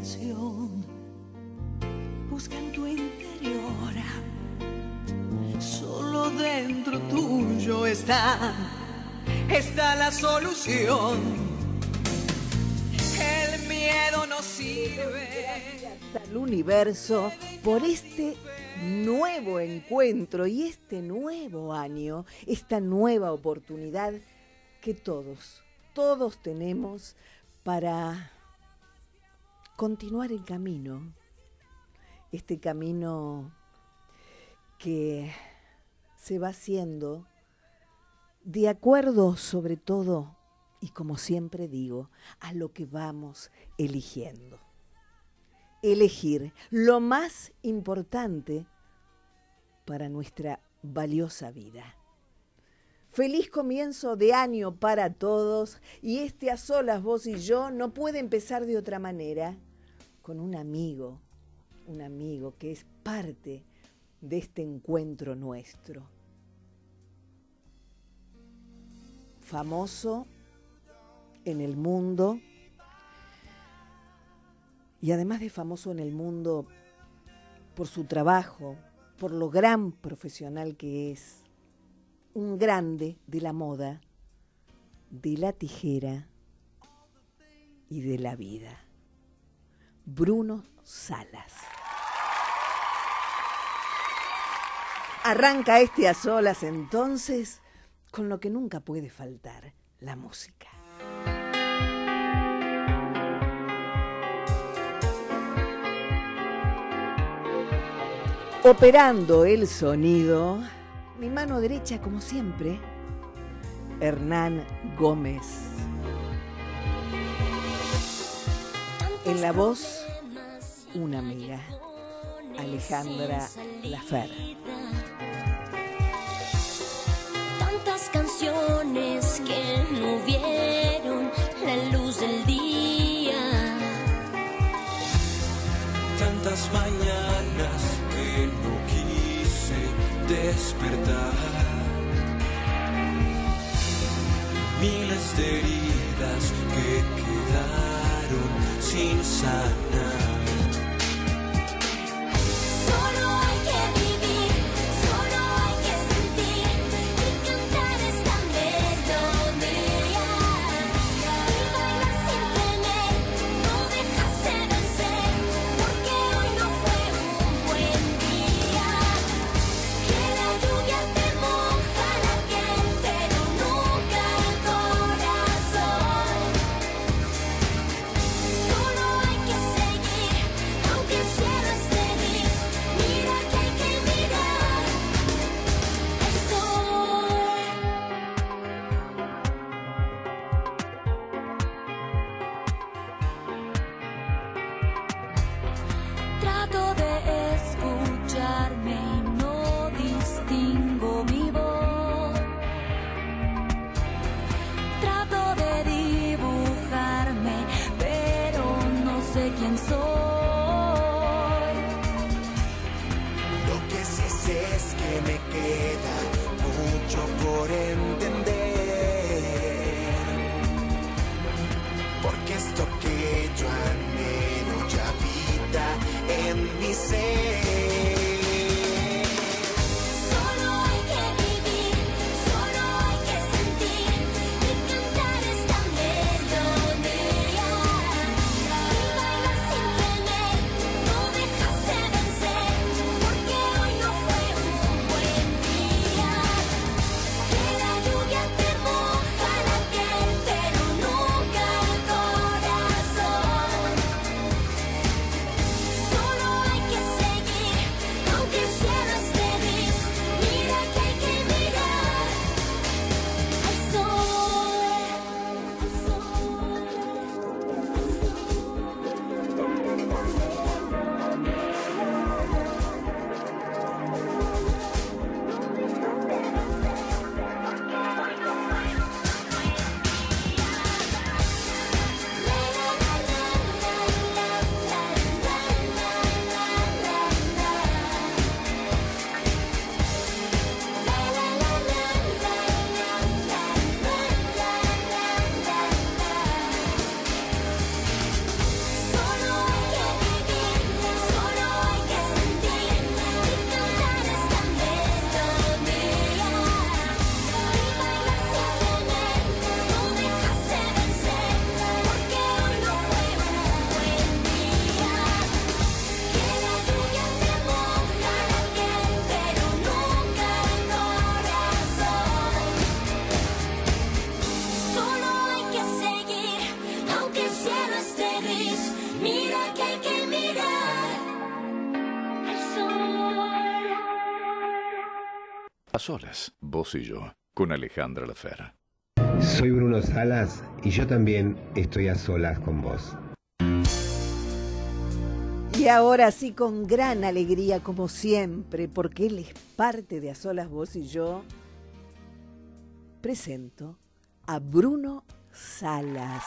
canción. Busca en tu interior, solo dentro tuyo está la solución. El miedo no sirve. Gracias al universo por este nuevo encuentro y este nuevo año, esta nueva oportunidad que todos tenemos para continuar el camino. Este camino que se va haciendo de acuerdo, sobre todo, y como siempre digo, a lo que vamos eligiendo. Elegir lo más importante para nuestra valiosa vida. Feliz comienzo de año para todos, y A Solas Vos y Yo no puede empezar de otra manera con un amigo que es parte de este encuentro nuestro. Famoso en el mundo, y además de famoso en el mundo por su trabajo, por lo gran profesional que es, un grande de la moda, de la tijera y de la vida. Bruno Salas. Arranca A Solas entonces con lo que nunca puede faltar, la música. Operando el sonido, mi mano derecha como siempre, Hernán Gómez. En la voz, una amiga, Alejandra Lafer. Tantas canciones que no vieron la luz del día. Tantas mañanas que no quise despertar. Miles de heridas que quedaron sin sanar. Sin A solas, vos y yo, con Alejandra Lafera. Soy Bruno Salas y yo también estoy a solas con vos. Y ahora sí, con gran alegría, como siempre, porque él es parte de A Solas Vos y Yo, presento a Bruno Salas.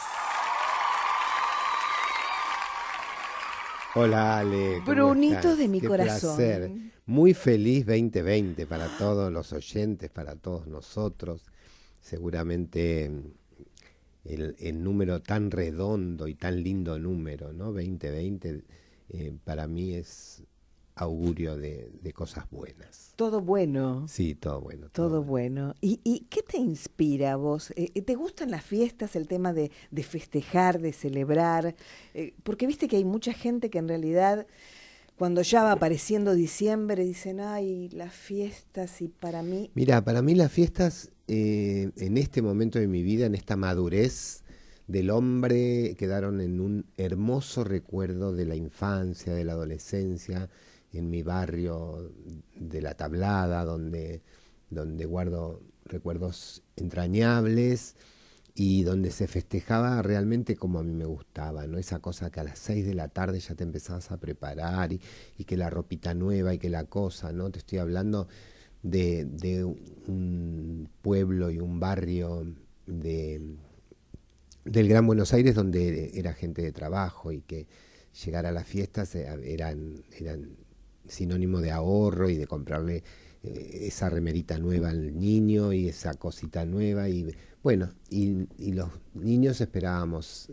Hola Ale, ¿cómo Brunito estás? de mi Qué corazón. Placer. Muy feliz 2020 para todos los oyentes, para todos nosotros. Seguramente el número tan redondo y tan lindo número, ¿no? 2020, para mí es augurio de cosas buenas. Todo bueno. Sí, todo bueno. Todo bueno. ¿Y qué te inspira a vos? ¿Te gustan las fiestas, el tema de festejar, de celebrar? Porque viste que hay mucha gente que en realidad, cuando ya va apareciendo diciembre, dicen, ay, las fiestas, y para mí... Mira, para mí las fiestas, en este momento de mi vida, en esta madurez del hombre, quedaron en un hermoso recuerdo de la infancia, de la adolescencia, en mi barrio de La Tablada, donde guardo recuerdos entrañables y donde se festejaba realmente como a mí me gustaba, ¿no? Esa cosa que a las 6 de la tarde ya te empezabas a preparar y que la ropita nueva y que la cosa, ¿no? Te estoy hablando de un pueblo y un barrio del Gran Buenos Aires donde era gente de trabajo y que llegar a las fiestas eran sinónimo de ahorro y de comprarle esa remerita nueva al niño y esa cosita nueva y bueno, y los niños esperábamos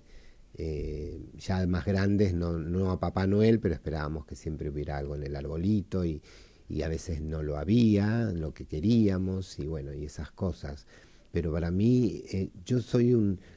ya más grandes, no a Papá Noel, pero esperábamos que siempre hubiera algo en el arbolito y a veces no lo había, lo que queríamos y bueno, y esas cosas. Pero para mí, yo soy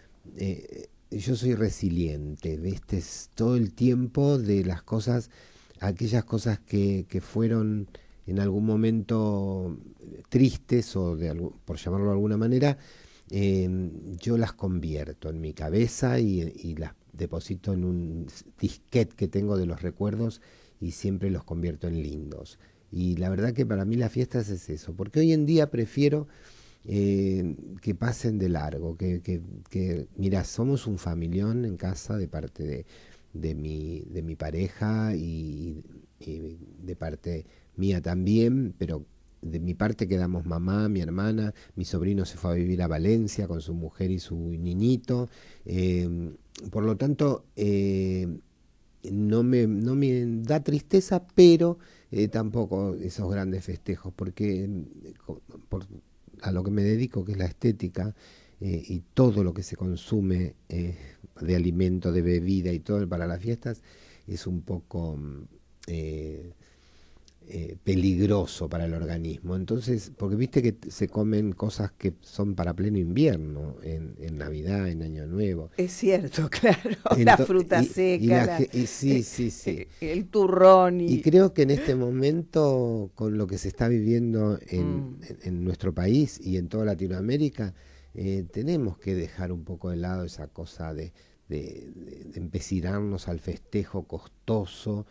resiliente, ¿viste? Todo el tiempo de las cosas, aquellas cosas que fueron en algún momento tristes o por llamarlo de alguna manera, yo las convierto en mi cabeza y las deposito en un disquete que tengo de los recuerdos y siempre los convierto en lindos. Y la verdad que para mí las fiestas es eso, porque hoy en día prefiero que pasen de largo, que mira, somos un familión en casa de parte de mi pareja y de parte mía también, pero de mi parte quedamos mamá, mi hermana, mi sobrino se fue a vivir a Valencia con su mujer y su niñito, por lo tanto no me da tristeza, pero tampoco esos grandes festejos, porque a lo que me dedico, que es la estética, y todo lo que se consume de alimento, de bebida y todo para las fiestas, es un poco peligroso para el organismo. Entonces, porque viste que se comen cosas que son para pleno invierno, en Navidad, en Año Nuevo. Es cierto, claro, la fruta seca, sí. El turrón. Y creo que en este momento, con lo que se está viviendo en nuestro país y en toda Latinoamérica, tenemos que dejar un poco de lado esa cosa de empecinarnos al festejo costoso,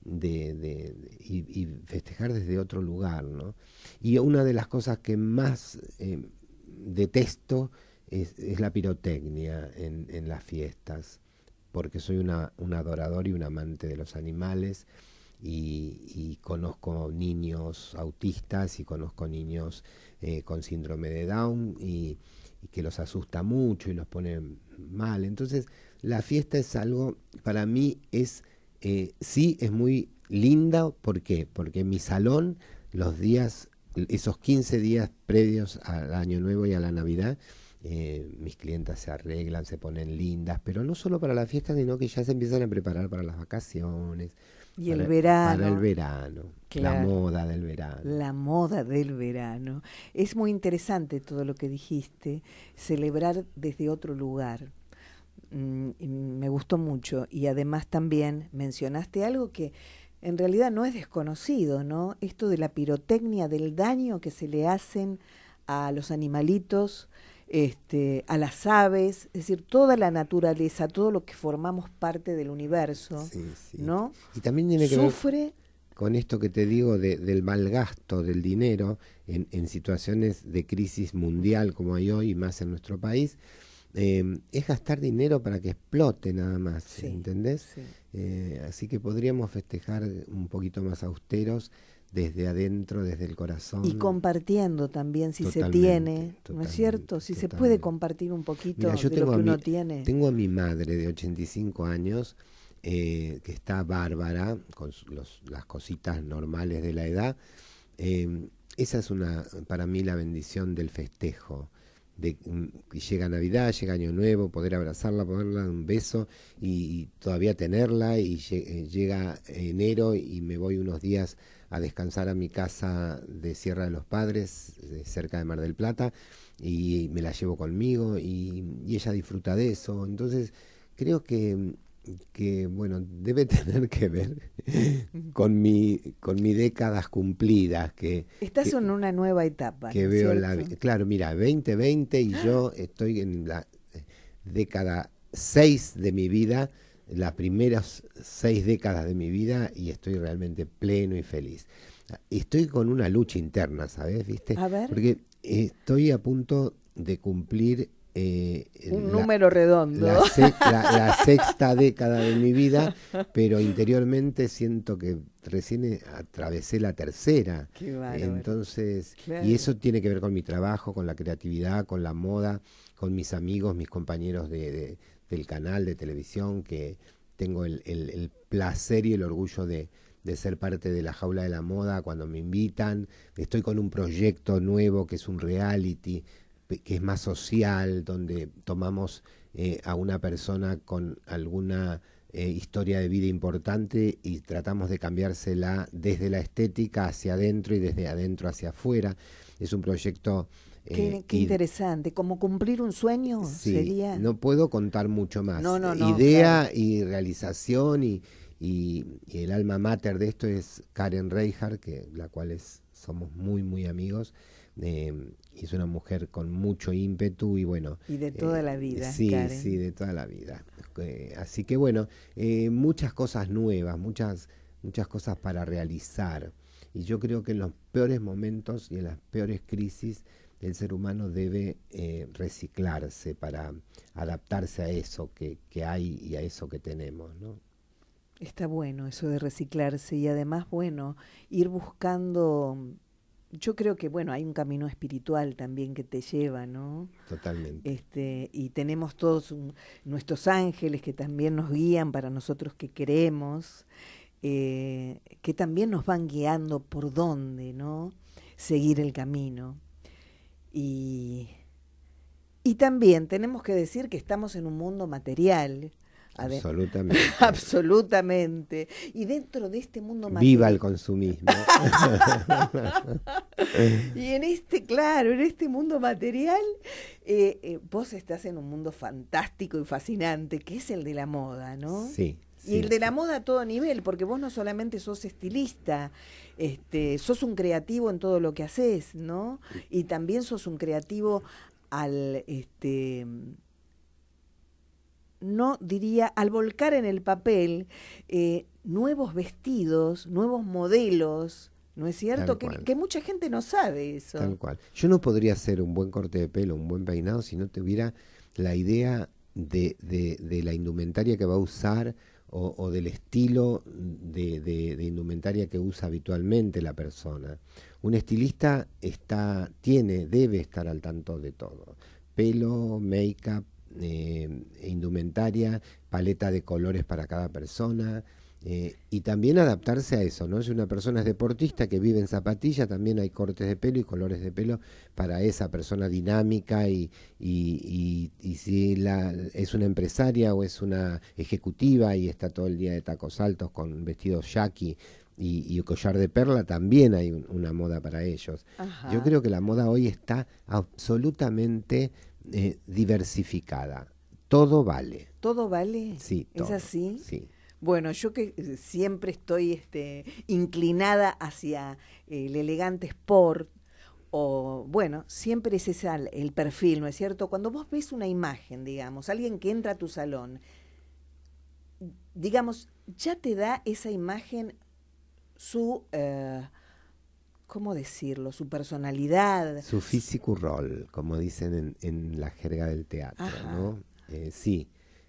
y festejar desde otro lugar, ¿no? Y una de las cosas que más detesto es la pirotecnia en las fiestas, porque soy un adorador y un amante de los animales y conozco niños autistas y conozco niños con síndrome de Down y que los asusta mucho y los pone mal. Entonces la fiesta es algo, para mí sí, es muy linda. ¿Por qué? Porque en mi salón, los días, esos 15 días previos al Año Nuevo y a la Navidad, mis clientas se arreglan, se ponen lindas, pero no solo para la fiesta, sino que ya se empiezan a preparar para las vacaciones. Y el verano. Para el verano, claro. La moda del verano. La moda del verano. Es muy interesante todo lo que dijiste, celebrar desde otro lugar. Me gustó mucho y además también mencionaste algo que en realidad no es desconocido, ¿no? Esto de la pirotecnia, del daño que se le hacen a los animalitos, a las aves, es decir, toda la naturaleza, todo lo que formamos parte del universo, sí. ¿no? Y también tiene que ver... Sufre con esto que te digo del mal gasto del dinero en situaciones de crisis mundial como hay hoy, más en nuestro país, es gastar dinero para que explote nada más, Sí, ¿entendés? sí. Así que podríamos festejar un poquito más austeros desde adentro, desde el corazón. Y compartiendo también si se Totalmente, tiene, ¿no es totalmente, cierto? Si se puede totalmente. compartir un poquito Mira, yo de lo tengo que uno tiene. tengo a mi madre de 85 años, que está bárbara, con las cositas normales de la edad. Esa es para mí la bendición del festejo. Que llega Navidad, llega Año Nuevo, poder abrazarla, poderle dar un beso y todavía tenerla, y llega enero y me voy unos días a descansar a mi casa de Sierra de los Padres, cerca de Mar del Plata, y me la llevo conmigo y ella disfruta de eso. Entonces creo que bueno, debe tener que ver con mi décadas cumplidas, Estás en una nueva etapa, que ¿no es veo cierto? claro, mira, 2020 y yo estoy en la década 6 de mi vida, las primeras 6 décadas de mi vida, y estoy realmente pleno y feliz. Estoy con una lucha interna, ¿sabes? ¿Viste? A ver. Porque estoy a punto de cumplir Un número redondo. la sexta década de mi vida, pero interiormente siento que recién atravesé la tercera. Qué bárbaro. Entonces, Claro. y eso tiene que ver con mi trabajo, con la creatividad, con la moda, con mis amigos, mis compañeros del canal de televisión, que tengo el placer y el orgullo de ser parte de la Jaula de la Moda cuando me invitan. Estoy con un proyecto nuevo que es un reality, que es más social, donde tomamos a una persona con alguna historia de vida importante y tratamos de cambiársela desde la estética hacia adentro y desde adentro hacia afuera. Es un proyecto... Qué interesante, como cumplir un sueño Sí, sería. no puedo contar mucho más. No, Idea claro. y realización y el alma mater de esto es Karen Reijard, la cual somos muy, muy amigos. Y es una mujer con mucho ímpetu y bueno. Y de toda la vida, Sí, Karen. sí, de toda la vida. Así que bueno, muchas cosas nuevas, muchas cosas para realizar. Y yo creo que en los peores momentos y en las peores crisis el ser humano debe reciclarse para adaptarse a eso que hay y a eso que tenemos, ¿no? Está bueno eso de reciclarse y además, bueno, ir buscando. Yo creo que, bueno, hay un camino espiritual también que te lleva, ¿no? Totalmente. Y tenemos todos nuestros ángeles que también nos guían para nosotros que queremos, que también nos van guiando por dónde, ¿no? Seguir el camino. Y también tenemos que decir que estamos en un mundo material. Absolutamente. Absolutamente. Y dentro de este mundo material. Viva el consumismo. Y en este mundo material, vos estás en un mundo fantástico y fascinante, que es el de la moda, ¿no? Sí. Y el de la moda a todo nivel, porque vos no solamente sos estilista, sos un creativo en todo lo que haces, ¿no? Y también sos un creativo al volcar en el papel nuevos vestidos, nuevos modelos, ¿no es cierto? Que mucha gente no sabe eso. Tal cual. Yo no podría hacer un buen corte de pelo, un buen peinado, si no tuviera la idea de la indumentaria que va a usar o del estilo de indumentaria que usa habitualmente la persona. Un estilista debe estar al tanto de todo. Pelo, make-up, indumentaria, paleta de colores para cada persona, y también adaptarse a eso, ¿no? Si una persona es deportista que vive en zapatilla, también hay cortes de pelo y colores de pelo para esa persona dinámica, y si es una empresaria o es una ejecutiva y está todo el día de tacos altos con vestidos yaqui y collar de perla, también hay una moda para ellos. Ajá. Yo creo que la moda hoy está absolutamente diversificada. Todo vale. ¿Todo vale? Sí, todo. ¿Es así? Sí. Bueno, yo que siempre estoy inclinada hacia el elegante sport, o bueno, siempre es ese el perfil, ¿no es cierto? Cuando vos ves una imagen, digamos, alguien que entra a tu salón, digamos, ya te da esa imagen su, ¿cómo decirlo? Su personalidad. Su physical role, como dicen en la jerga del teatro, ¿no? Sí.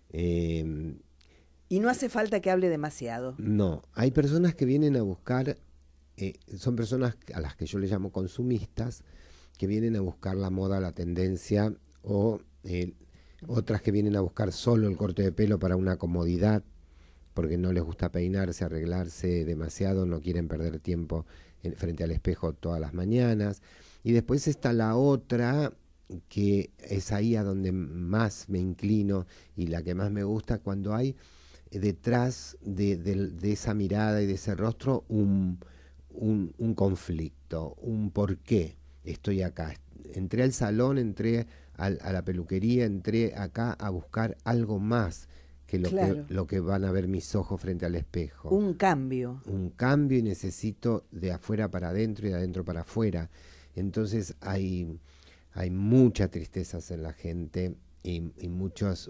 Y no hace falta que hable demasiado. No, hay personas que vienen a buscar, son personas a las que yo le llamo consumistas, que vienen a buscar la moda, la tendencia, o otras que vienen a buscar solo el corte de pelo para una comodidad, porque no les gusta peinarse, arreglarse demasiado, no quieren perder tiempo frente al espejo todas las mañanas. Y después está la otra, que es ahí a donde más me inclino y la que más me gusta, cuando hay detrás de esa mirada y de ese rostro un conflicto, un por qué estoy acá. Entré al salón, entré a la peluquería, entré acá a buscar algo más que lo que van a ver mis ojos frente al espejo. Un cambio. Un cambio, y necesito de afuera para adentro y de adentro para afuera. Entonces hay muchas tristezas en la gente y muchas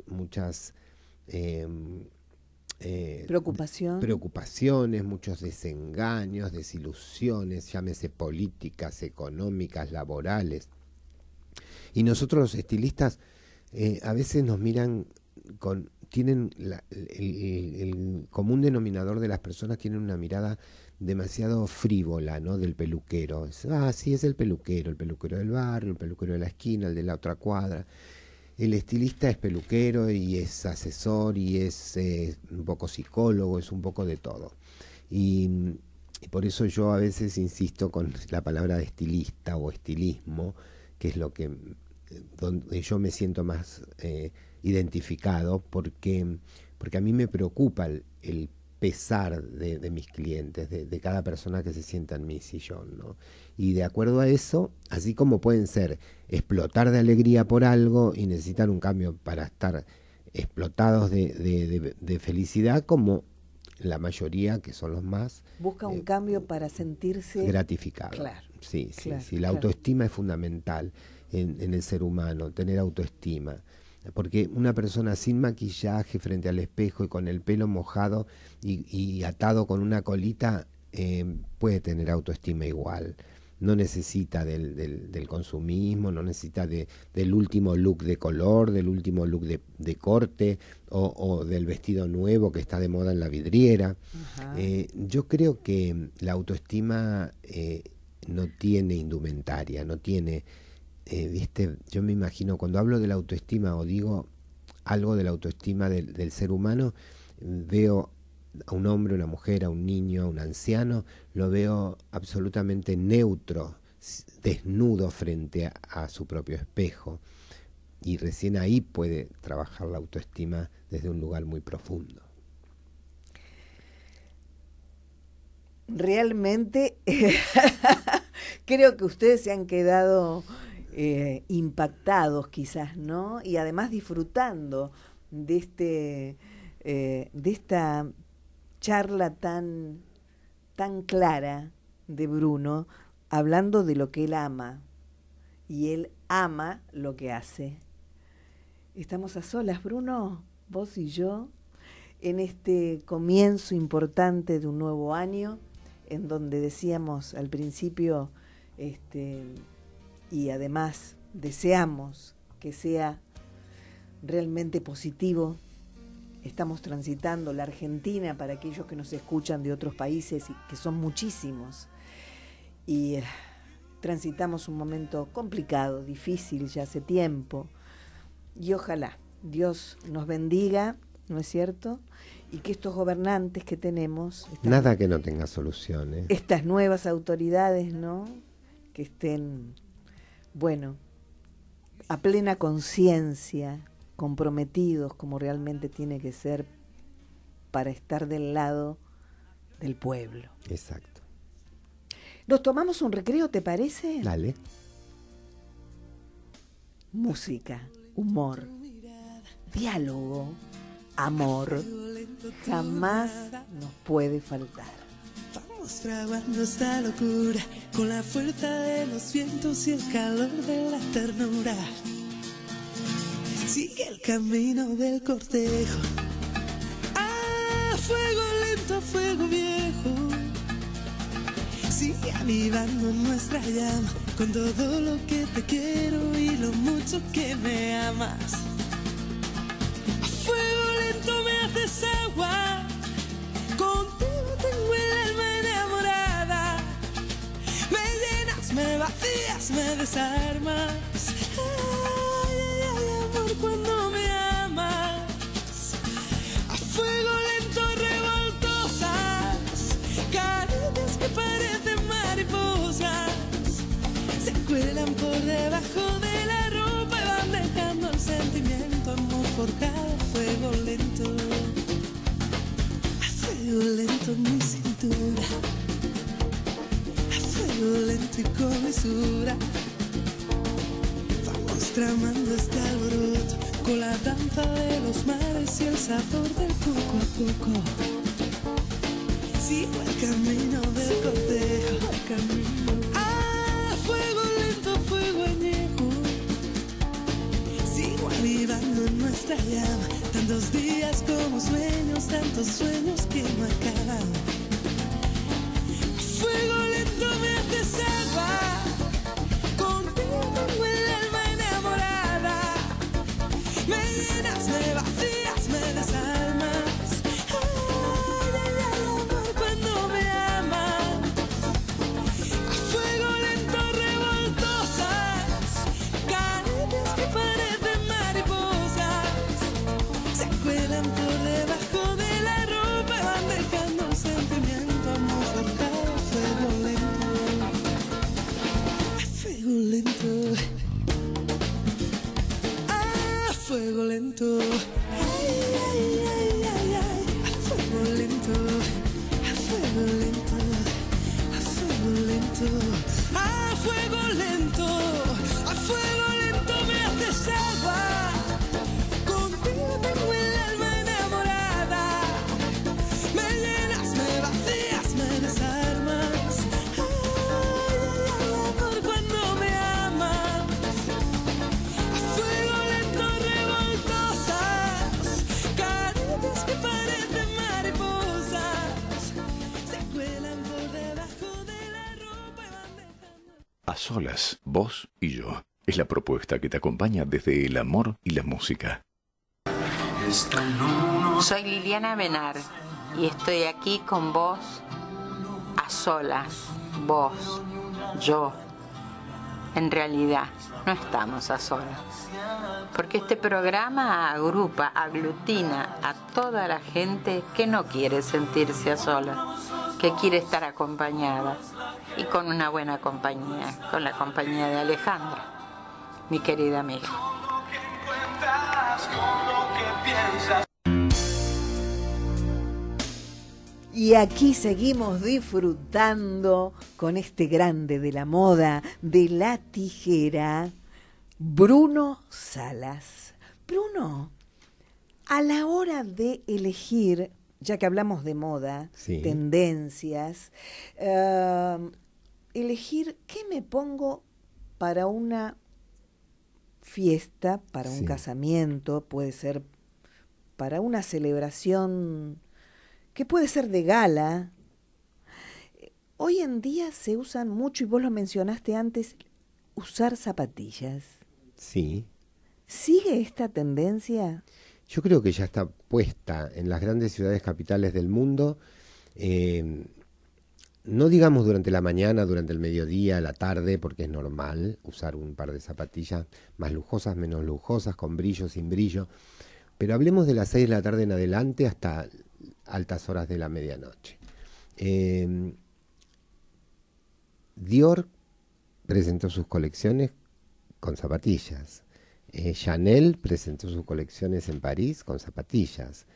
preocupaciones, muchos desengaños, desilusiones, llámese políticas, económicas, laborales. Y nosotros los estilistas a veces nos miran tienen el común denominador de las personas, tienen una mirada demasiado frívola, ¿no? Del peluquero. Sí, es el peluquero del barrio, el peluquero de la esquina, el de la otra cuadra. El estilista es peluquero y es asesor y es un poco psicólogo, es un poco de todo. Y por eso yo a veces insisto con la palabra de estilista o estilismo, que es donde yo me siento más identificado, porque a mí me preocupa el pesar de mis clientes, de cada persona que se sienta en mi sillón, ¿no? Y de acuerdo a eso, así como pueden explotar de alegría por algo y necesitan un cambio para estar explotados de felicidad, como la mayoría, que son los más, busca un cambio para sentirse gratificado. Claro. Sí. La autoestima es fundamental en el ser humano, tener autoestima. Porque una persona sin maquillaje frente al espejo y con el pelo mojado y atado con una colita puede tener autoestima igual. No necesita del consumismo, no necesita del último look de color, del último look de corte o del vestido nuevo que está de moda en la vidriera. Yo creo que la autoestima no tiene indumentaria, no tiene... ¿viste? Yo me imagino, cuando hablo de la autoestima o digo algo de la autoestima del ser humano, veo a un hombre, una mujer, a un niño, a un anciano, lo veo absolutamente neutro, desnudo frente a su propio espejo, y recién ahí puede trabajar la autoestima desde un lugar muy profundo. Realmente creo que ustedes se han quedado impactados quizás, ¿no? Y además disfrutando de esta charla tan clara de Bruno, hablando de lo que él ama, y él ama lo que hace. Estamos a solas, Bruno, vos y yo, en este comienzo importante de un nuevo año, en donde decíamos al principio, y además deseamos que sea realmente positivo. Estamos transitando la Argentina, para aquellos que nos escuchan de otros países, y que son muchísimos, y transitamos un momento complicado, difícil ya hace tiempo, y ojalá Dios nos bendiga, ¿no es cierto? Y que estos gobernantes que tenemos... Nada que no tenga soluciones. Estas nuevas autoridades, ¿no? Que estén, bueno, a plena conciencia, comprometidos como realmente tiene que ser para estar del lado del pueblo. Exacto. ¿Nos tomamos un recreo, te parece? Dale. Música, humor, diálogo, amor, jamás nos puede faltar. Vamos fraguando esta locura con la fuerza de los vientos y el calor de la ternura. Sigue el camino del cortejo. Ah, fuego lento, fuego viejo. Sigue avivando nuestra llama con todo lo que te quiero y lo mucho que me amas. A fuego lento me haces agua, contigo tengo el alma enamorada. Me llenas, me vacías, me desarmas. Ay, ay, ay, amor, cuando me amas. A fuego lento revoltosas, caricias que parecen mariposas, se cuelan por debajo de la ropa y van dejando el sentimiento, amor forjado a fuego lento. A fuego lento en mi cintura, a fuego lento y con mesura. Vamos tramando este alboroto con la danza de los mares y el sabor del poco a poco. Sigo el camino del cortejo, el camino. Ah, fuego lento, fuego añejo. Sigo avivando en nuestra llama, tantos días como sueños, tantos sueños que no acaban. Fuego lento me haces agua, contigo tengo el alma enamorada. Me llenas, me vacías, me desarmas. Ay, ay, ay, amor, cuando me amas. A fuego lento revoltosas, caricias que parecen mariposas, se cuelan por debajo de la ropa y van dejando un sentimiento, amor forjado a fuego lento. A fuego lento. A fuego lento. Ay, ay, ay, ay, ay. A fuego lento. A fuego lento. A fuego lento. A fuego lento. A fuego lento me haces agua. Contigo tengo el alma enamorada. Me llenas, me vacías, me desarmas. Ay, ay, ay, amor, cuando me amas. A fuego lento revoltosas, caricias que parecen mariposas, se cuelan por debajo de la ropa y van dejando. A solas, vos y yo. Es la propuesta que te acompaña desde el amor y la música. Soy Liliana Benar y estoy aquí con vos a solas, vos, yo. En realidad, no estamos a solas, porque este programa agrupa, aglutina a toda la gente que no quiere sentirse a solas, que quiere estar acompañada y con una buena compañía, con la compañía de Alejandra, mi querida amiga. Y aquí seguimos disfrutando con este grande de la moda, de la tijera, Bruno Salas. Bruno, a la hora de elegir, ya que hablamos de moda, Sí. tendencias, elegir qué me pongo para una fiesta, para un Sí. casamiento, puede ser para una celebración que puede ser de gala. Hoy en día se usan mucho, y vos lo mencionaste antes, usar zapatillas. Sí. ¿Sigue esta tendencia? Yo creo que ya está puesta en las grandes ciudades capitales del mundo, no digamos durante la mañana, durante el mediodía, la tarde, porque es normal usar un par de zapatillas más lujosas, menos lujosas, con brillo, sin brillo, pero hablemos de las 6 de la tarde en adelante hasta altas horas de la medianoche. Dior presentó sus colecciones con zapatillas. Chanel presentó sus colecciones en París con zapatillas.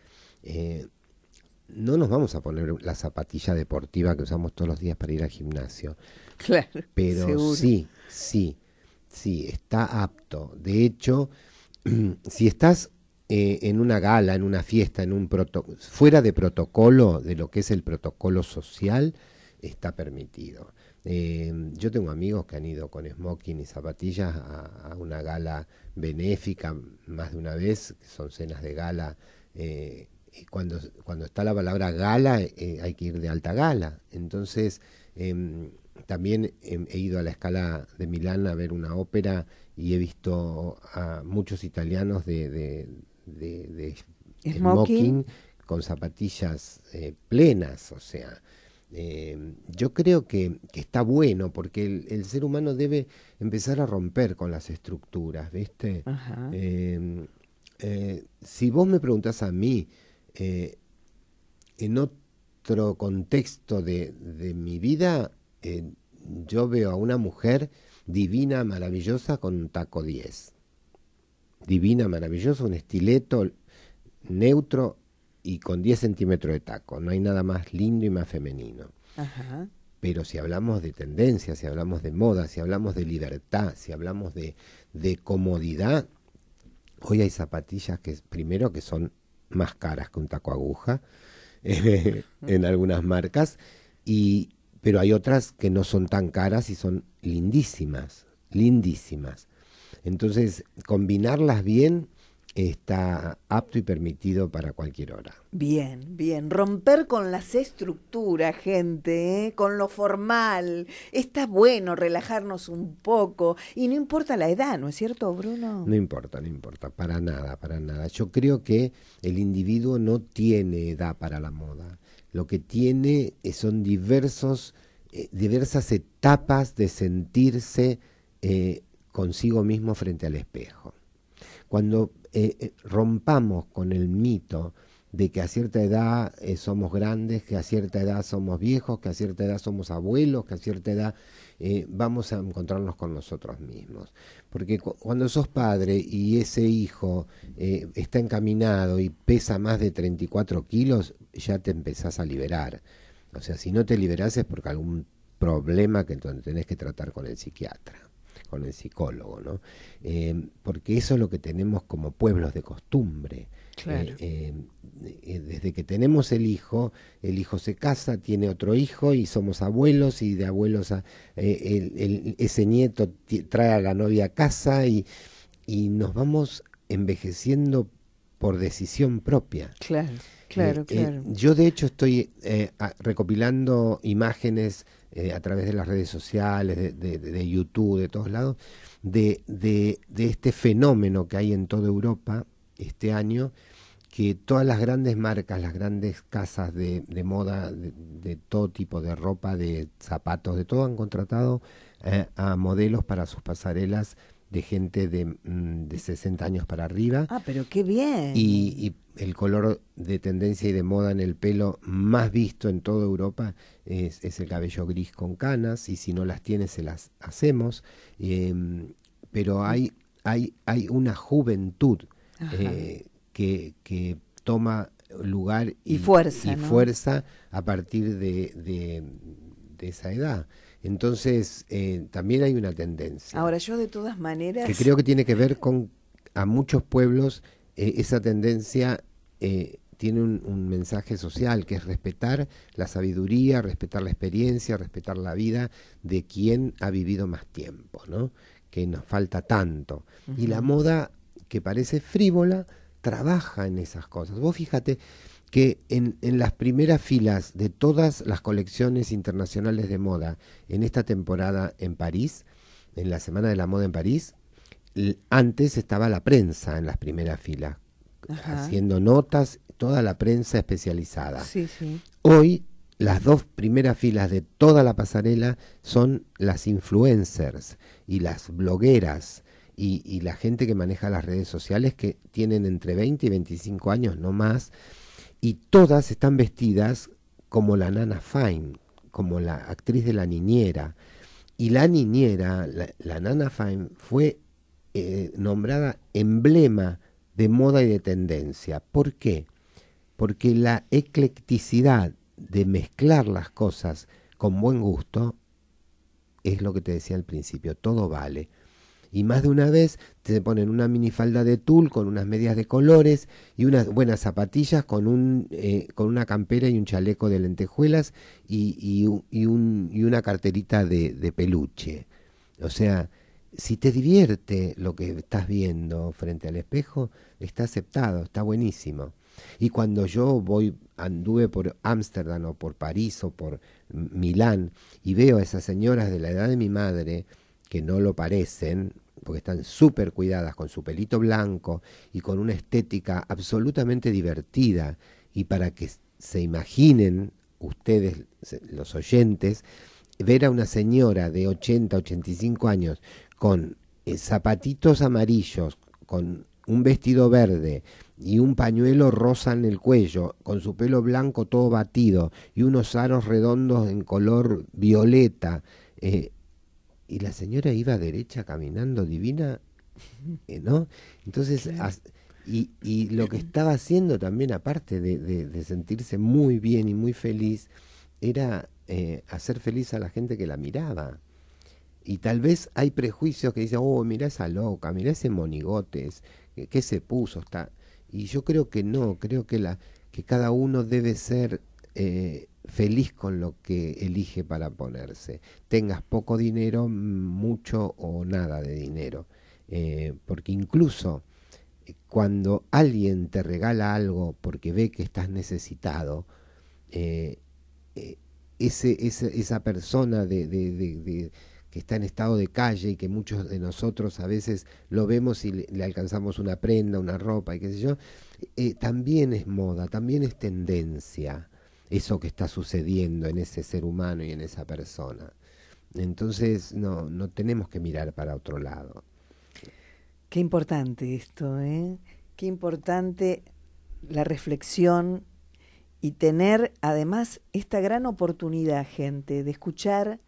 No nos vamos a poner la zapatilla deportiva que usamos todos los días para ir al gimnasio. Claro, Pero seguro. sí, está apto. De hecho, si estás en una gala, en una fiesta, fuera de protocolo, de lo que es el protocolo social, está permitido. Yo tengo amigos que han ido con smoking y zapatillas a una gala benéfica más de una vez, que son cenas de gala cuando está la palabra gala, hay que ir de alta gala. Entonces, también he ido a la Scala de Milán a ver una ópera y he visto a muchos italianos de smoking con zapatillas plenas, o sea, yo creo que está bueno porque el ser humano debe empezar a romper con las estructuras, ¿viste? Ajá. Si vos me preguntás a mí, en otro contexto de mi vida, yo veo a una mujer divina, maravillosa, con un taco 10. Divina, maravillosa, un estileto neutro y con 10 centímetros de taco. No hay nada más lindo y más femenino. Ajá. Pero si hablamos de tendencia, si hablamos de moda, si hablamos de libertad, si hablamos de comodidad, hoy hay zapatillas que primero que son más caras que un taco aguja en algunas marcas, pero hay otras que no son tan caras y son lindísimas, lindísimas. Entonces, combinarlas bien está apto y permitido para cualquier hora. Bien, bien. Romper con las estructuras, gente, ¿eh? Con lo formal. Está bueno relajarnos un poco. Y no importa la edad, ¿no es cierto, Bruno? No importa, para nada, para nada. Yo creo que el individuo no tiene edad para la moda. Lo que tiene son diversas etapas de sentirse consigo mismo frente al espejo. Cuando rompamos con el mito de que a cierta edad somos grandes, que a cierta edad somos viejos, que a cierta edad somos abuelos, que a cierta edad vamos a encontrarnos con nosotros mismos. Porque cuando sos padre y ese hijo está encaminado y pesa más de 34 kilos, ya te empezás a liberar. O sea, si no te liberás es porque algún problema que tenés que tratar con el psiquiatra, con el psicólogo, ¿no? Porque eso es lo que tenemos como pueblos de costumbre. Claro. Desde que tenemos el hijo se casa, tiene otro hijo y somos abuelos, y de abuelos ese nieto trae a la novia a casa y nos vamos envejeciendo por decisión propia. Claro, claro. Yo de hecho estoy recopilando imágenes a través de las redes sociales, de YouTube, de todos lados, de este fenómeno que hay en toda Europa este año, que todas las grandes marcas, las grandes casas de moda, de todo tipo de ropa, de zapatos, de todo, han contratado a modelos para sus pasarelas de gente de 60 años para arriba. Ah, pero qué bien. Y el color de tendencia y de moda en el pelo más visto en toda Europa es el cabello gris con canas, y si no las tiene se las hacemos. Pero hay una juventud que toma lugar y fuerza, ¿no? fuerza a partir de esa edad. Entonces, también hay una tendencia. Ahora, yo de todas maneras... que creo que tiene que ver con, a muchos pueblos, esa tendencia tiene un mensaje social, que es respetar la sabiduría, respetar la experiencia, respetar la vida de quien ha vivido más tiempo, ¿no? Que nos falta tanto. Y la moda, que parece frívola, trabaja en esas cosas. Vos fíjate que en las primeras filas de todas las colecciones internacionales de moda en esta temporada en París, en la Semana de la Moda en París, antes estaba la prensa en las primeras filas, haciendo notas, toda la prensa especializada. Sí, sí. Hoy las dos primeras filas de toda la pasarela son las influencers y las blogueras y la gente que maneja las redes sociales, que tienen entre 20 y 25 años, no más, y todas están vestidas como la Nana Fine, como la actriz de La Niñera. Y La Niñera, la Nana Fine, fue nombrada emblema de moda y de tendencia. ¿Por qué? Porque la eclecticidad de mezclar las cosas con buen gusto es lo que te decía al principio, todo vale. Y más de una vez te ponen una minifalda de tul con unas medias de colores y unas buenas zapatillas con una campera y un chaleco de lentejuelas y una carterita de peluche. O sea, si te divierte lo que estás viendo frente al espejo, está aceptado, está buenísimo. Y cuando yo anduve por Ámsterdam o por París o por Milán y veo a esas señoras de la edad de mi madre que no lo parecen, porque están súper cuidadas con su pelito blanco y con una estética absolutamente divertida, y para que se imaginen ustedes, los oyentes, ver a una señora de 80, 85 años con zapatitos amarillos, con un vestido verde y un pañuelo rosa en el cuello, con su pelo blanco todo batido y unos aros redondos en color violeta, y la señora iba derecha caminando divina, ¿no? Entonces, y lo que estaba haciendo también, aparte de sentirse muy bien y muy feliz, era hacer feliz a la gente que la miraba. Y tal vez hay prejuicios que dicen, oh, mirá esa loca, mirá ese monigotes, ¿qué se puso? Y yo creo que no, creo que cada uno debe ser feliz con lo que elige para ponerse. Tengas poco dinero, mucho o nada de dinero. Porque incluso cuando alguien te regala algo porque ve que estás necesitado, esa persona que está en estado de calle y que muchos de nosotros a veces lo vemos y le alcanzamos una prenda, una ropa y qué sé yo, también es moda, también es tendencia eso que está sucediendo en ese ser humano y en esa persona. Entonces no tenemos que mirar para otro lado. Qué importante esto, ¿eh? Qué importante la reflexión y tener además esta gran oportunidad, gente, de escuchar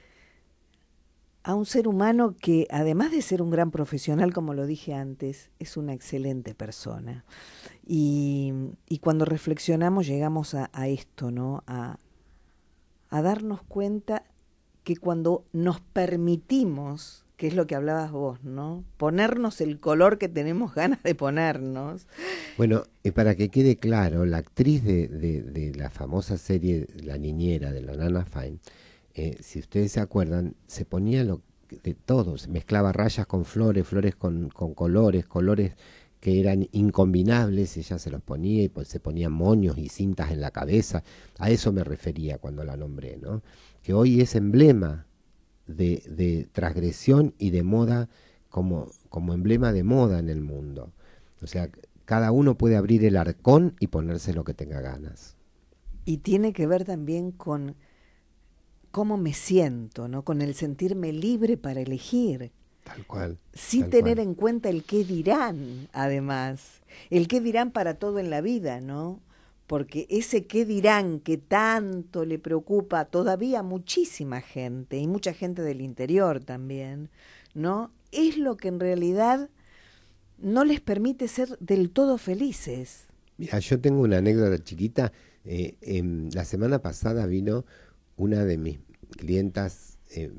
a un ser humano que, además de ser un gran profesional, como lo dije antes, es una excelente persona. Y cuando reflexionamos llegamos a esto, ¿no? A darnos cuenta que cuando nos permitimos, que es lo que hablabas vos, ¿no? Ponernos el color que tenemos ganas de ponernos. Bueno, para que quede claro, la actriz de la famosa serie La Niñera, de la Nana Fine, si ustedes se acuerdan, se ponía de todo, se mezclaba rayas con flores, flores con colores que eran incombinables, ella se los ponía y pues se ponían moños y cintas en la cabeza. A eso me refería cuando la nombré, ¿no? Que hoy es emblema de transgresión y de moda, como emblema de moda en el mundo. O sea, cada uno puede abrir el arcón y ponerse lo que tenga ganas. Y tiene que ver también con cómo me siento, ¿no? Con el sentirme libre para elegir. Tal cual. Sin tener en cuenta el qué dirán, además. El qué dirán para todo en la vida, ¿no? Porque ese qué dirán que tanto le preocupa todavía a muchísima gente, y mucha gente del interior también, ¿no? Es lo que en realidad no les permite ser del todo felices. Mira, yo tengo una anécdota chiquita. La semana pasada vino una de mis clientas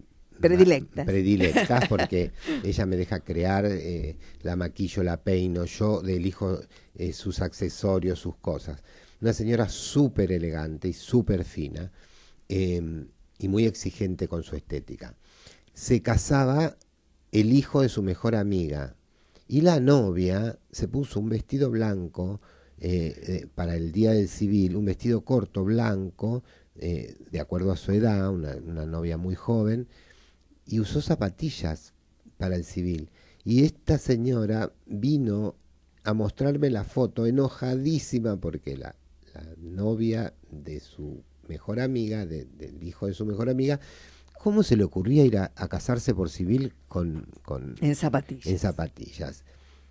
predilectas porque ella me deja crear, la maquillo, la peino, yo elijo sus accesorios, sus cosas. Una señora súper elegante y súper fina, y muy exigente con su estética. Se casaba el hijo de su mejor amiga y la novia se puso un vestido blanco para el día del civil, un vestido corto blanco, de acuerdo a su edad, una novia muy joven, y usó zapatillas para el civil. Y esta señora vino a mostrarme la foto enojadísima porque la novia de su mejor amiga, del hijo de su mejor amiga, ¿cómo se le ocurría ir a casarse por civil en zapatillas? En zapatillas.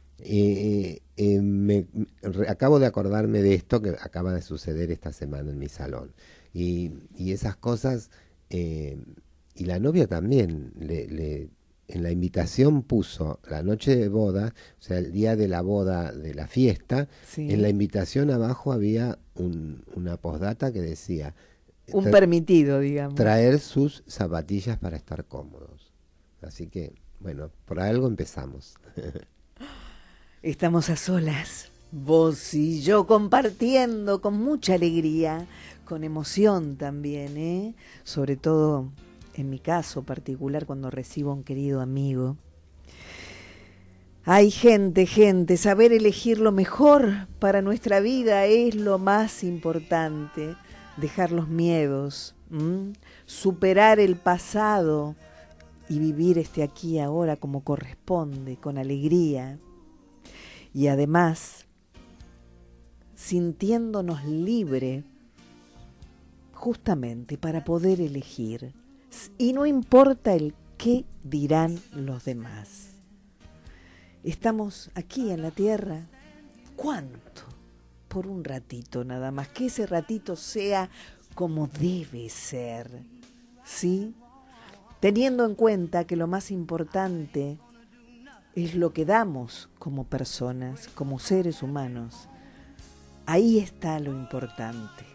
Acabo de acordarme de esto que acaba de suceder esta semana en mi salón. Y esas cosas, y la novia también, en la invitación puso la noche de boda, o sea, el día de la boda, de la fiesta, sí. En la invitación abajo había una postdata que decía... Un permitido, digamos. Traer sus zapatillas para estar cómodos. Así que, bueno, por algo empezamos. Estamos a solas, vos y yo, compartiendo con mucha alegría, con emoción también, sobre todo en mi caso particular cuando recibo a un querido amigo. Hay gente, saber elegir lo mejor para nuestra vida es lo más importante. Dejar los miedos, superar el pasado y vivir este aquí y ahora como corresponde, con alegría. Y además, sintiéndonos libre, justamente para poder elegir. Y no importa el qué dirán los demás. Estamos aquí en la tierra, ¿cuánto? Por un ratito nada más, que ese ratito sea como debe ser, ¿sí? Teniendo en cuenta que lo más importante es lo que damos como personas, como seres humanos. Ahí está lo importante.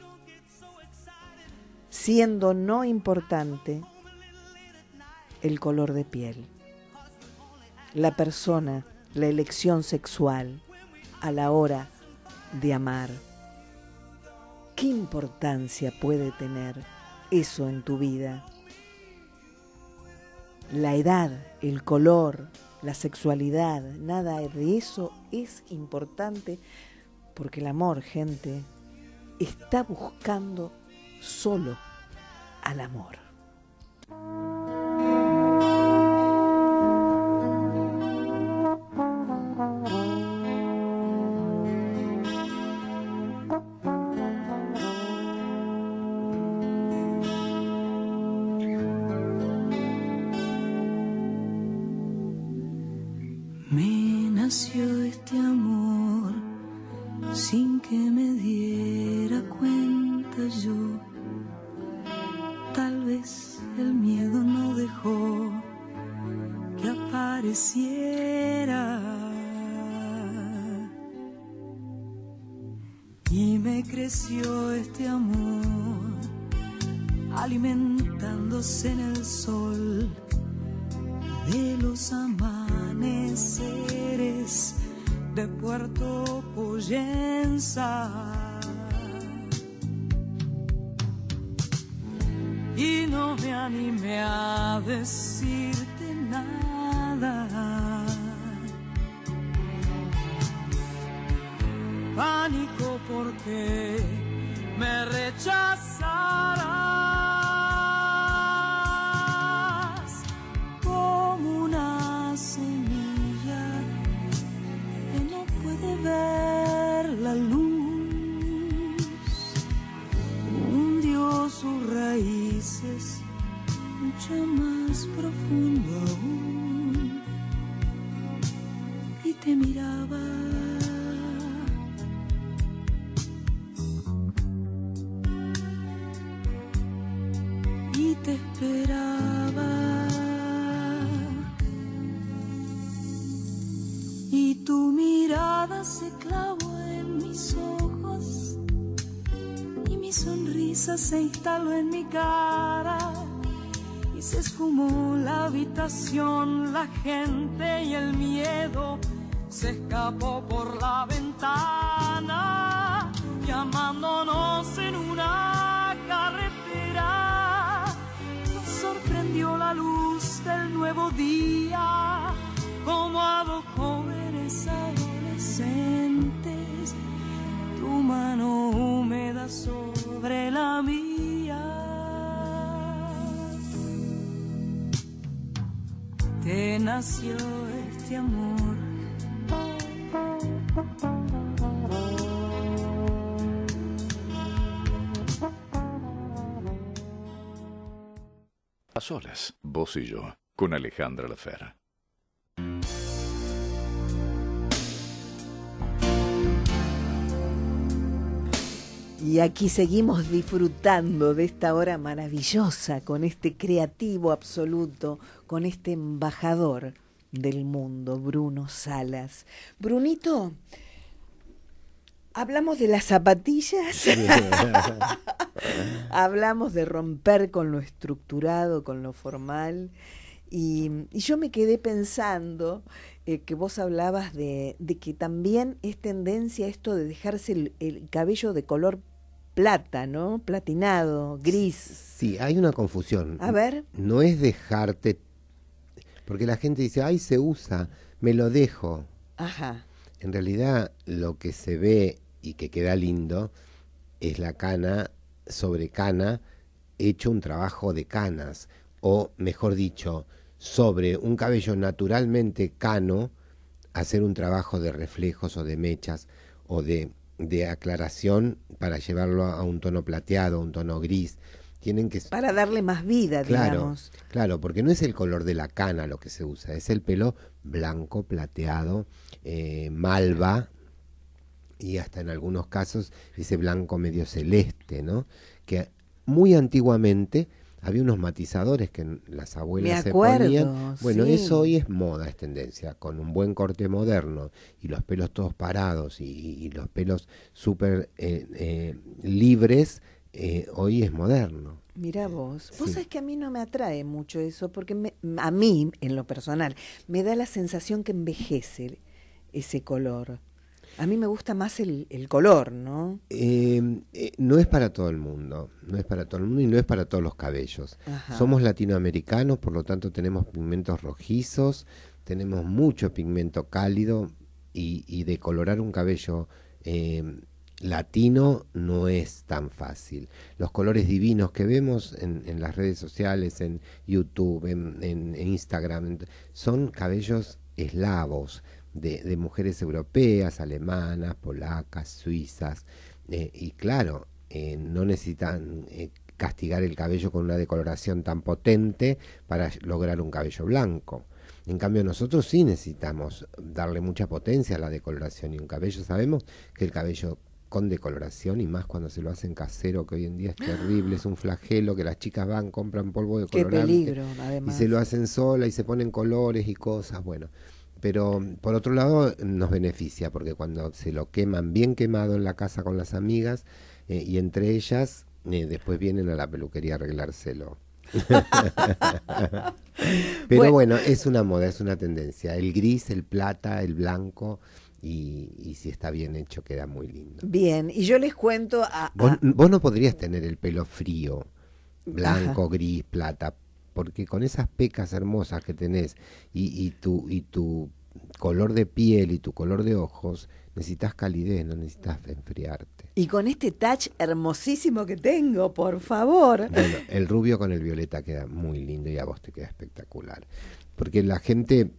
Siendo no importante el color de piel, la persona, la elección sexual a la hora de amar. ¿Qué importancia puede tener eso en tu vida? La edad, el color, la sexualidad, nada de eso es importante, porque el amor, gente, está buscando solo al amor. Me nació este amor sin que me diera cuenta yo. Tal vez el miedo no dejó que apareciera. Y me creció este amor alimentándose en el sol de los amaneceres de Puerto Poyensa. Y no me animé a decirte nada. Pánico porque me rechazarás como una semilla que no puede ver la luz. Hundió sus raíces mucho más profundo aún y te miraba. Y te esperaba. Y tu mirada se clavó en mis ojos y mi sonrisa se instaló en mi cara y se esfumó la habitación, la gente y el miedo se escapó por la ventana, llamándonos en una carretera. Nos sorprendió la luz del nuevo día, como a dos jóvenes adolescentes, tu mano húmeda sobre la mía. Te nació este amor. A solas, vos y yo, con Alejandra Lafera. Y aquí seguimos disfrutando de esta hora maravillosa con este creativo absoluto, con este embajador del mundo, Bruno Salas. Brunito, hablamos de las zapatillas, hablamos de romper con lo estructurado, con lo formal, y yo me quedé pensando que vos hablabas de que también es tendencia esto de dejarse el cabello de color plata, ¿no? Platinado, gris. Sí, hay una confusión. A ver. No es dejarte, porque la gente dice, ay, se usa, me lo dejo. Ajá. En realidad lo que se ve y que queda lindo es la cana sobre cana, hecho un trabajo de canas, o mejor dicho, sobre un cabello naturalmente cano, hacer un trabajo de reflejos o de mechas o de aclaración para llevarlo a un tono plateado, un tono gris. Tienen que... Para darle más vida, Claro, digamos. claro, porque no es el color de la cana lo que se usa, es el pelo blanco, plateado, malva, y hasta en algunos casos ese blanco medio celeste, ¿no? Que muy antiguamente había unos matizadores que las abuelas se ponían. Bueno, sí. eso hoy es moda, es tendencia, con un buen corte moderno y los pelos todos parados y los pelos súper libres, hoy es moderno. Mirá vos. Vos Sí. sabés que a mí no me atrae mucho eso, porque a mí, en lo personal, me da la sensación que envejece ese color. A mí me gusta más el color, ¿no? No es para todo el mundo, no es para todo el mundo y no es para todos los cabellos. Ajá. Somos latinoamericanos, por lo tanto tenemos pigmentos rojizos, tenemos mucho pigmento cálido y decolorar un cabello latino no es tan fácil. Los colores divinos que vemos en las redes sociales, en YouTube, en Instagram, son cabellos eslavos, de mujeres europeas, alemanas, polacas, suizas, y claro, no necesitan castigar el cabello con una decoloración tan potente para lograr un cabello blanco. En cambio nosotros sí necesitamos darle mucha potencia a la decoloración, y un cabello, sabemos que el cabello con decoloración, y más cuando se lo hacen casero, que hoy en día es terrible, es un flagelo, que las chicas van, compran polvo de Qué colorante peligro, y además. se lo hacen sola y se ponen colores y cosas, bueno. Pero por otro lado nos beneficia, porque cuando se lo queman bien quemado en la casa con las amigas, y entre ellas después vienen a la peluquería a arreglárselo. Pero bueno, es una moda, es una tendencia. El gris, el plata, el blanco, y si está bien hecho queda muy lindo. Bien, y yo les cuento Vos no podrías tener el pelo frío, blanco, gris, plata, porque con esas pecas hermosas que tenés y tu color de piel y tu color de ojos, necesitas calidez, no necesitas enfriarte. Y con este touch hermosísimo que tengo, por favor. Bueno, el rubio con el violeta queda muy lindo y a vos te queda espectacular. Porque la gente,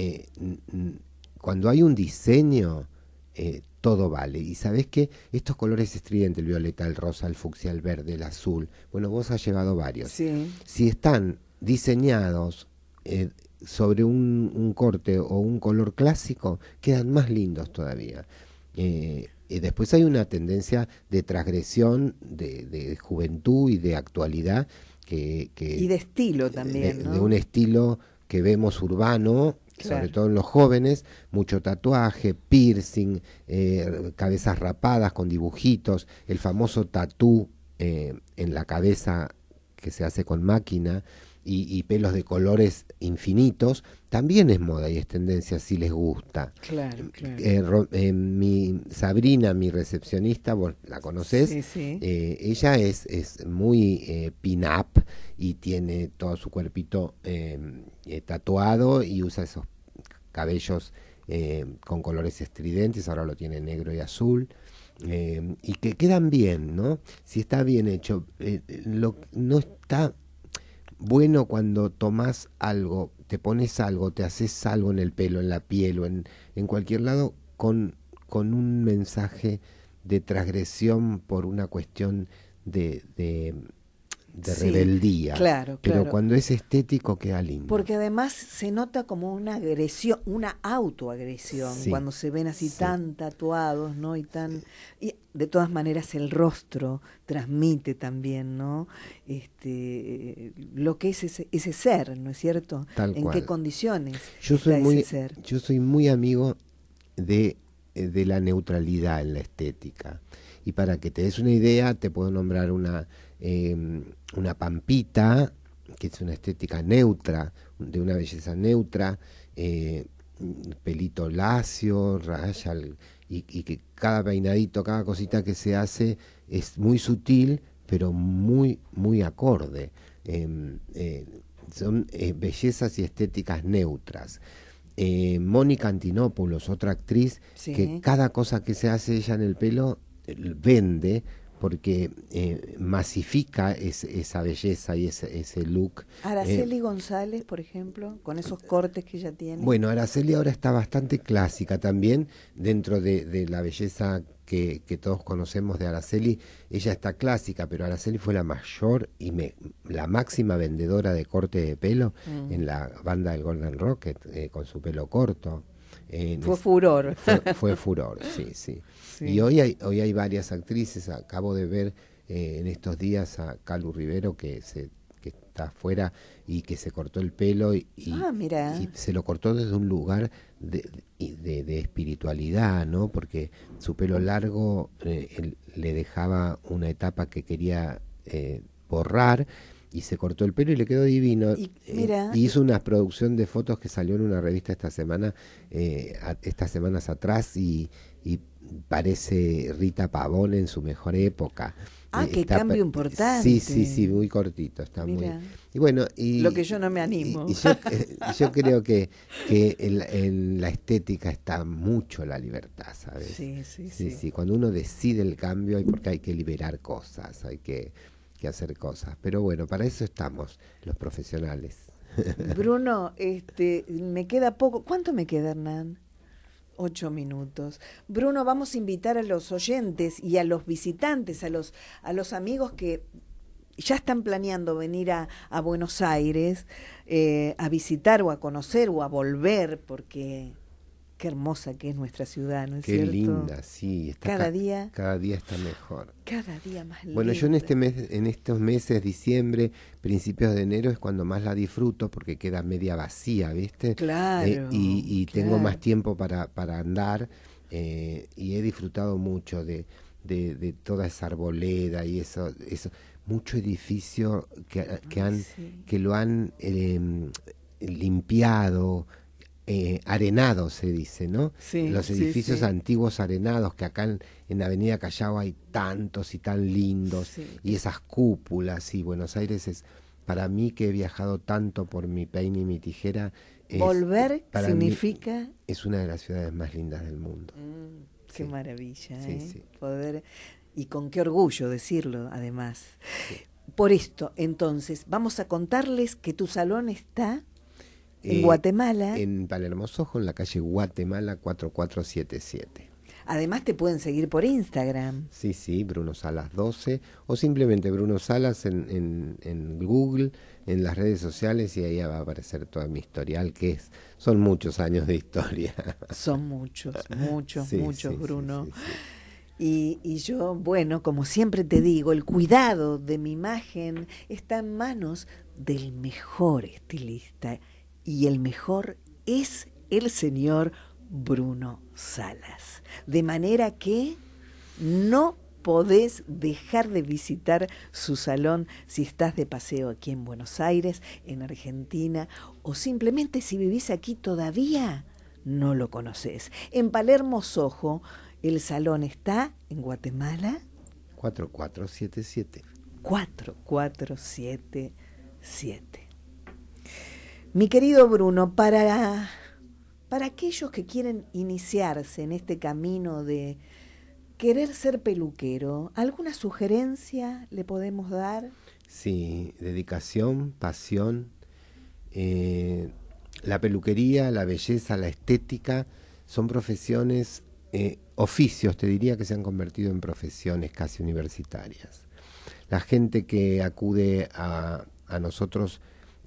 cuando hay un diseño, todo vale. Y sabés que estos colores estridentes, el violeta, el rosa, el fucsia, el verde, el azul, bueno, vos has llevado varios. Sí. Si están diseñados sobre un corte o un color clásico, quedan más lindos todavía. Después hay una tendencia de transgresión, de juventud y de actualidad. Y de estilo también, ¿no? De un estilo que vemos urbano, claro, sobre todo en los jóvenes, mucho tatuaje, piercing, cabezas rapadas con dibujitos, el famoso tatú en la cabeza que se hace con máquina, y pelos de colores infinitos, también es moda y es tendencia si les gusta. Claro, claro. Mi Sabrina, mi recepcionista, vos la conocés, sí, sí. Ella es muy pin-up y tiene todo su cuerpito tatuado y usa esos cabellos con colores estridentes, ahora lo tiene negro y azul. Y que quedan bien, ¿no? Si está bien hecho. No está bueno cuando tomás algo, te pones algo, te haces algo en el pelo, en la piel o en cualquier lado con un mensaje de transgresión por una cuestión de sí, rebeldía. Claro, pero claro. cuando es estético queda lindo. Porque además se nota como una agresión, una autoagresión, Sí, cuando se ven así sí, tan tatuados, ¿no? Y de todas maneras el rostro transmite también, ¿no? Lo que es ese ser, ¿no es cierto? Tal ¿En cual. qué condiciones Yo está soy ese ser? Yo soy muy amigo de la neutralidad en la estética. Y para que te des una idea, te puedo nombrar una Pampita, que es una estética neutra, de una belleza neutra, pelito lacio, raya, y que cada peinadito, cada cosita que se hace es muy sutil, pero muy, muy acorde. Son bellezas y estéticas neutras. Mónica Antinopoulos, otra actriz, Sí. que cada cosa que se hace ella en el pelo vende, porque masifica esa belleza y ese look. Araceli González, por ejemplo, con esos cortes que ella tiene. Bueno, Araceli ahora está bastante clásica también, dentro de la belleza que todos conocemos de Araceli. Ella está clásica, pero Araceli fue la mayor y la máxima vendedora de corte de pelo en la banda del Golden Rocket, con su pelo corto. Fue furor. Fue furor, sí, sí. Sí. Y hoy hay varias actrices. Acabo de ver en estos días a Calu Rivero, que está afuera y que se cortó el pelo Mira. y se lo cortó desde un lugar de espiritualidad, ¿no? Porque su pelo largo le dejaba una etapa que quería borrar, y se cortó el pelo y le quedó divino. Y mira, y hizo una producción de fotos que salió en una revista estas semanas atrás, y parece Rita Pavón en su mejor época. qué cambio importante. Sí, muy cortito, está Mira. muy. Y bueno, Lo que yo no me animo. Y yo creo que en la estética está mucho la libertad, ¿sabes? Sí. Cuando uno decide el cambio, porque hay que liberar cosas, hay que hacer cosas. Pero bueno, para eso estamos los profesionales. Bruno, me queda poco. ¿Cuánto me queda, Hernán? 8 minutos. Bruno, vamos a invitar a los oyentes y a los visitantes, a los amigos que ya están planeando venir a Buenos Aires a visitar o a conocer o a volver, porque qué hermosa que es nuestra ciudad, ¿no es Qué cierto? linda, sí. Cada día está mejor. Cada día más linda. Bueno, yo en estos meses, diciembre, principios de enero, es cuando más la disfruto, porque queda media vacía, ¿viste? Claro. Y tengo claro. más tiempo para andar, y he disfrutado mucho de toda esa arboleda y eso mucho edificio que lo han limpiado, arenado, se dice, ¿no? Sí, los edificios sí. antiguos arenados, que acá en Avenida Callao hay tantos y tan lindos, Sí. y esas cúpulas, y Buenos Aires es, para mí, que he viajado tanto por mi peine y mi tijera, Volver para significa... mí, es una de las ciudades más lindas del mundo. Qué Sí. maravilla, Sí, ¿eh? sí. Poder, y con qué orgullo decirlo, además. Por esto, entonces, vamos a contarles que tu salón está en Guatemala. En Palermo Sojo, en la calle Guatemala 4477. Además, te pueden seguir por Instagram. Sí, Bruno Salas 12, o simplemente Bruno Salas en Google, en las redes sociales, y ahí va a aparecer toda mi historial, son muchos años de historia. Son muchos, Sí, Bruno. sí. Y yo, bueno, como siempre te digo, el cuidado de mi imagen está en manos del mejor estilista, y el mejor es el señor Bruno Salas. De manera que no podés dejar de visitar su salón si estás de paseo aquí en Buenos Aires, en Argentina, o simplemente si vivís aquí todavía no lo conocés. En Palermo Sojo, el salón está en Guatemala 4477. 4477. Mi querido Bruno, para aquellos que quieren iniciarse en este camino de querer ser peluquero, ¿alguna sugerencia le podemos dar? Sí, dedicación, pasión, la peluquería, la belleza, la estética, son profesiones, oficios, te diría, que se han convertido en profesiones casi universitarias. La gente que acude a nosotros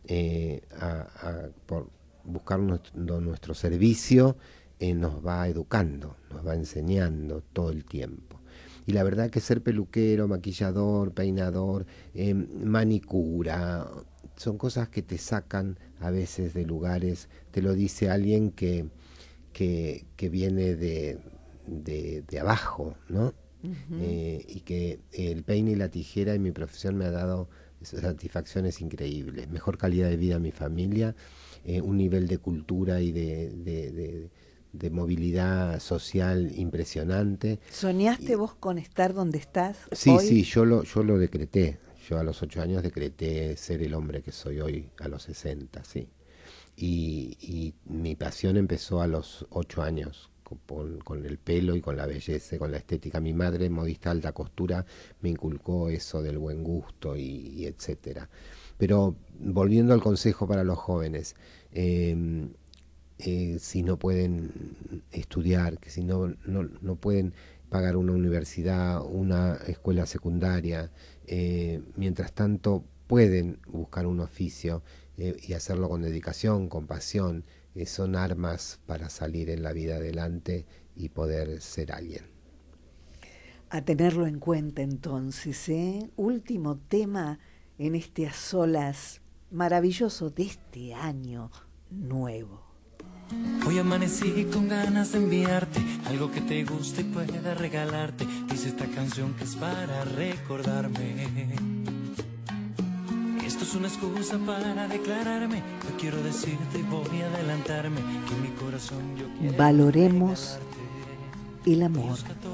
por buscar nuestro servicio, nos va educando, nos va enseñando todo el tiempo. Y la verdad que ser peluquero, maquillador, peinador, manicura, son cosas que te sacan a veces de lugares. Te lo dice alguien que viene de abajo, ¿no? Y que el peine y la tijera en mi profesión me ha dado satisfacciones increíbles, mejor calidad de vida a mi familia, un nivel de cultura y de movilidad social impresionante. ¿Soñaste vos con estar donde estás Sí, hoy? sí, yo lo decreté. Yo a los 8 años decreté ser el hombre que soy hoy a los 60, sí. y mi pasión empezó a los 8 años, con el pelo y con la belleza, con la estética. Mi madre, modista de alta costura, me inculcó eso del buen gusto y etcétera. Pero volviendo al consejo para los jóvenes, si no pueden estudiar, que si no pueden pagar una universidad, una escuela secundaria, mientras tanto pueden buscar un oficio y hacerlo con dedicación, con pasión. Son armas para salir en la vida adelante y poder ser alguien. A tenerlo en cuenta entonces, ¿eh? Último tema en este A Solas maravilloso de este año nuevo. Hoy amanecí con ganas de enviarte algo que te guste y pueda regalarte. Dice esta canción que es para recordarme. Esto es una excusa para declararme. Yo quiero decirte y voy a adelantarme que en mi corazón yo quiero. Valoremos el amor.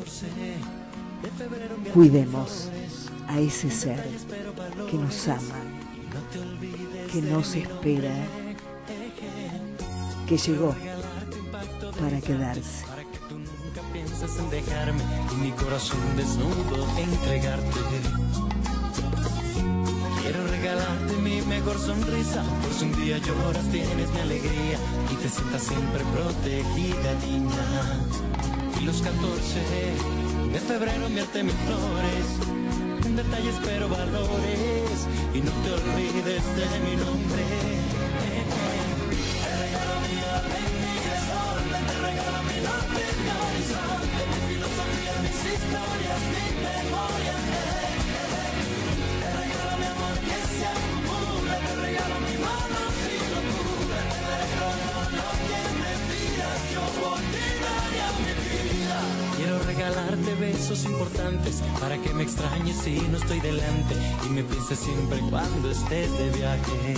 Cuidemos a ese ser que nos ama, que nos espera, que llegó para quedarse. Para que tú nunca pienses en dejarme y mi corazón desnudo entregarte. Quiero regalarte mi mejor sonrisa, por si un día lloras tienes mi alegría y te sientas siempre protegida, niña. Y los 14 de febrero enviarte mis flores, en detalles pero valores, y no te olvides de mi nombre. Te regalo mi orden, mi desorden, te regalo mi norte, mi horizonte, mi filosofía, mis historias, mi memoria. Te regalo mi amor que se acumula, te regalo mi mano sin locura, te daré todo lo que me pidas, yo por ti daría mi vida. Quiero regalarte besos importantes para que me extrañes si no estoy delante y me pienses siempre cuando estés de viaje.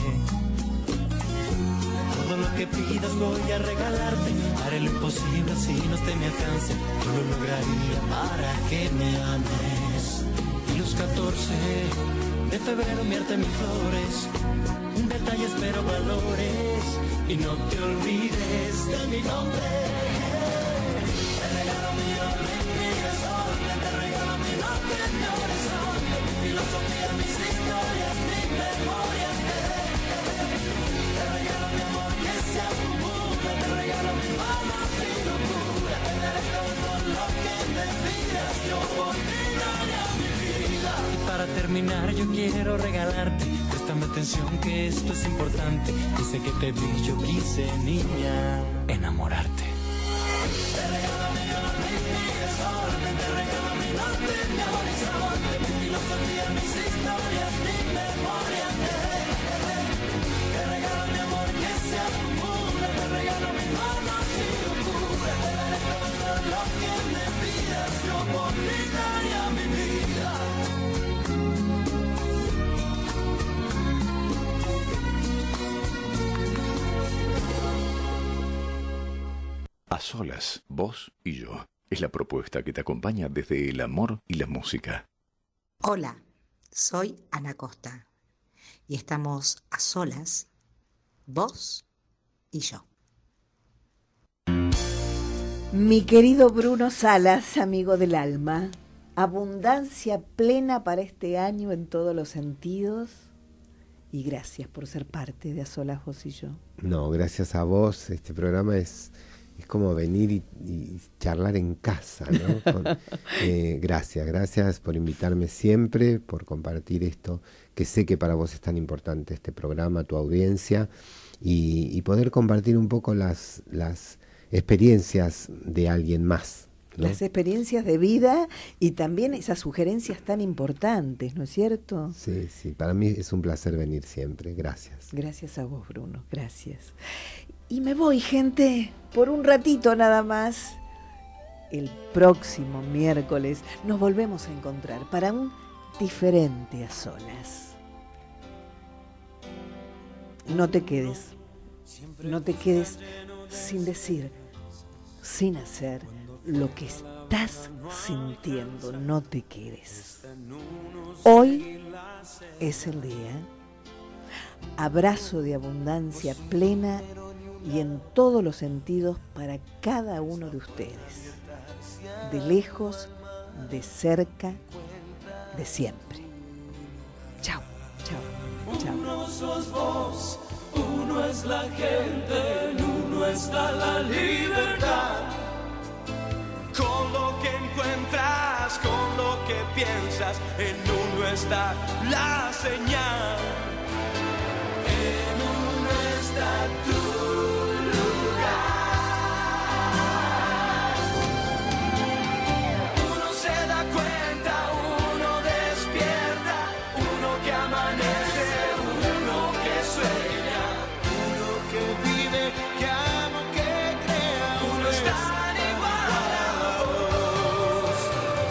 Todo lo que pidas voy a regalarte, haré lo imposible si no esté mi alcance, yo lo lograría para que me ames. Y los 14 de febrero enviarte mis flores, detalles pero valores, y no te olvides de mi nombre. Te regalo mi orden, mi desorden, te regalo mi norte, mi horizonte, mi filosofía, mis historias, mi memoria. Te regalo mi amor que se acumula, te regalo mi mano sin locura, te daré todo lo que me pidas, yo por ti daría mi vida. Y para terminar yo quiero regalarte, préstame atención que esto es importante, dice que te vi, yo quise, niña, enamorarte. Te regalo mi orden, mi desorden, te regalo mi norte, mi horizonte, mi filosofía, mis historias, mi memoria. Te regalo mi amor que se acumula, te regalo mi mano sin locura, te daré todo lo que me pidas, yo por ti daría mi vida. A solas, vos y yo. Es la propuesta que te acompaña desde el amor y la música. Hola, soy Ana Costa y estamos a solas, vos y yo. Mi querido Bruno Salas, amigo del alma, abundancia plena para este año en todos los sentidos y gracias por ser parte de A Solas, vos y yo. No, gracias a vos. Este programa es como venir y charlar en casa, ¿no? Gracias por invitarme siempre, por compartir esto, que sé que para vos es tan importante este programa, tu audiencia, y poder compartir un poco las experiencias de alguien más, ¿no? Las experiencias de vida y también esas sugerencias tan importantes, ¿no es cierto? Sí, para mí es un placer venir siempre, gracias. Gracias a vos, Bruno, gracias. Y me voy, gente, por un ratito nada más. El próximo miércoles nos volvemos a encontrar para un diferente A Solas. No te quedes sin decir, sin hacer lo que estás sintiendo. No te quedes. Hoy es el día. abrazo de abundancia plena y en todos los sentidos para cada uno de ustedes, de lejos, de cerca, de siempre. Chao, chao, chao. Uno sos vos, uno es la gente, en uno está la libertad. Con lo que encuentras, con lo que piensas, en uno está la señal.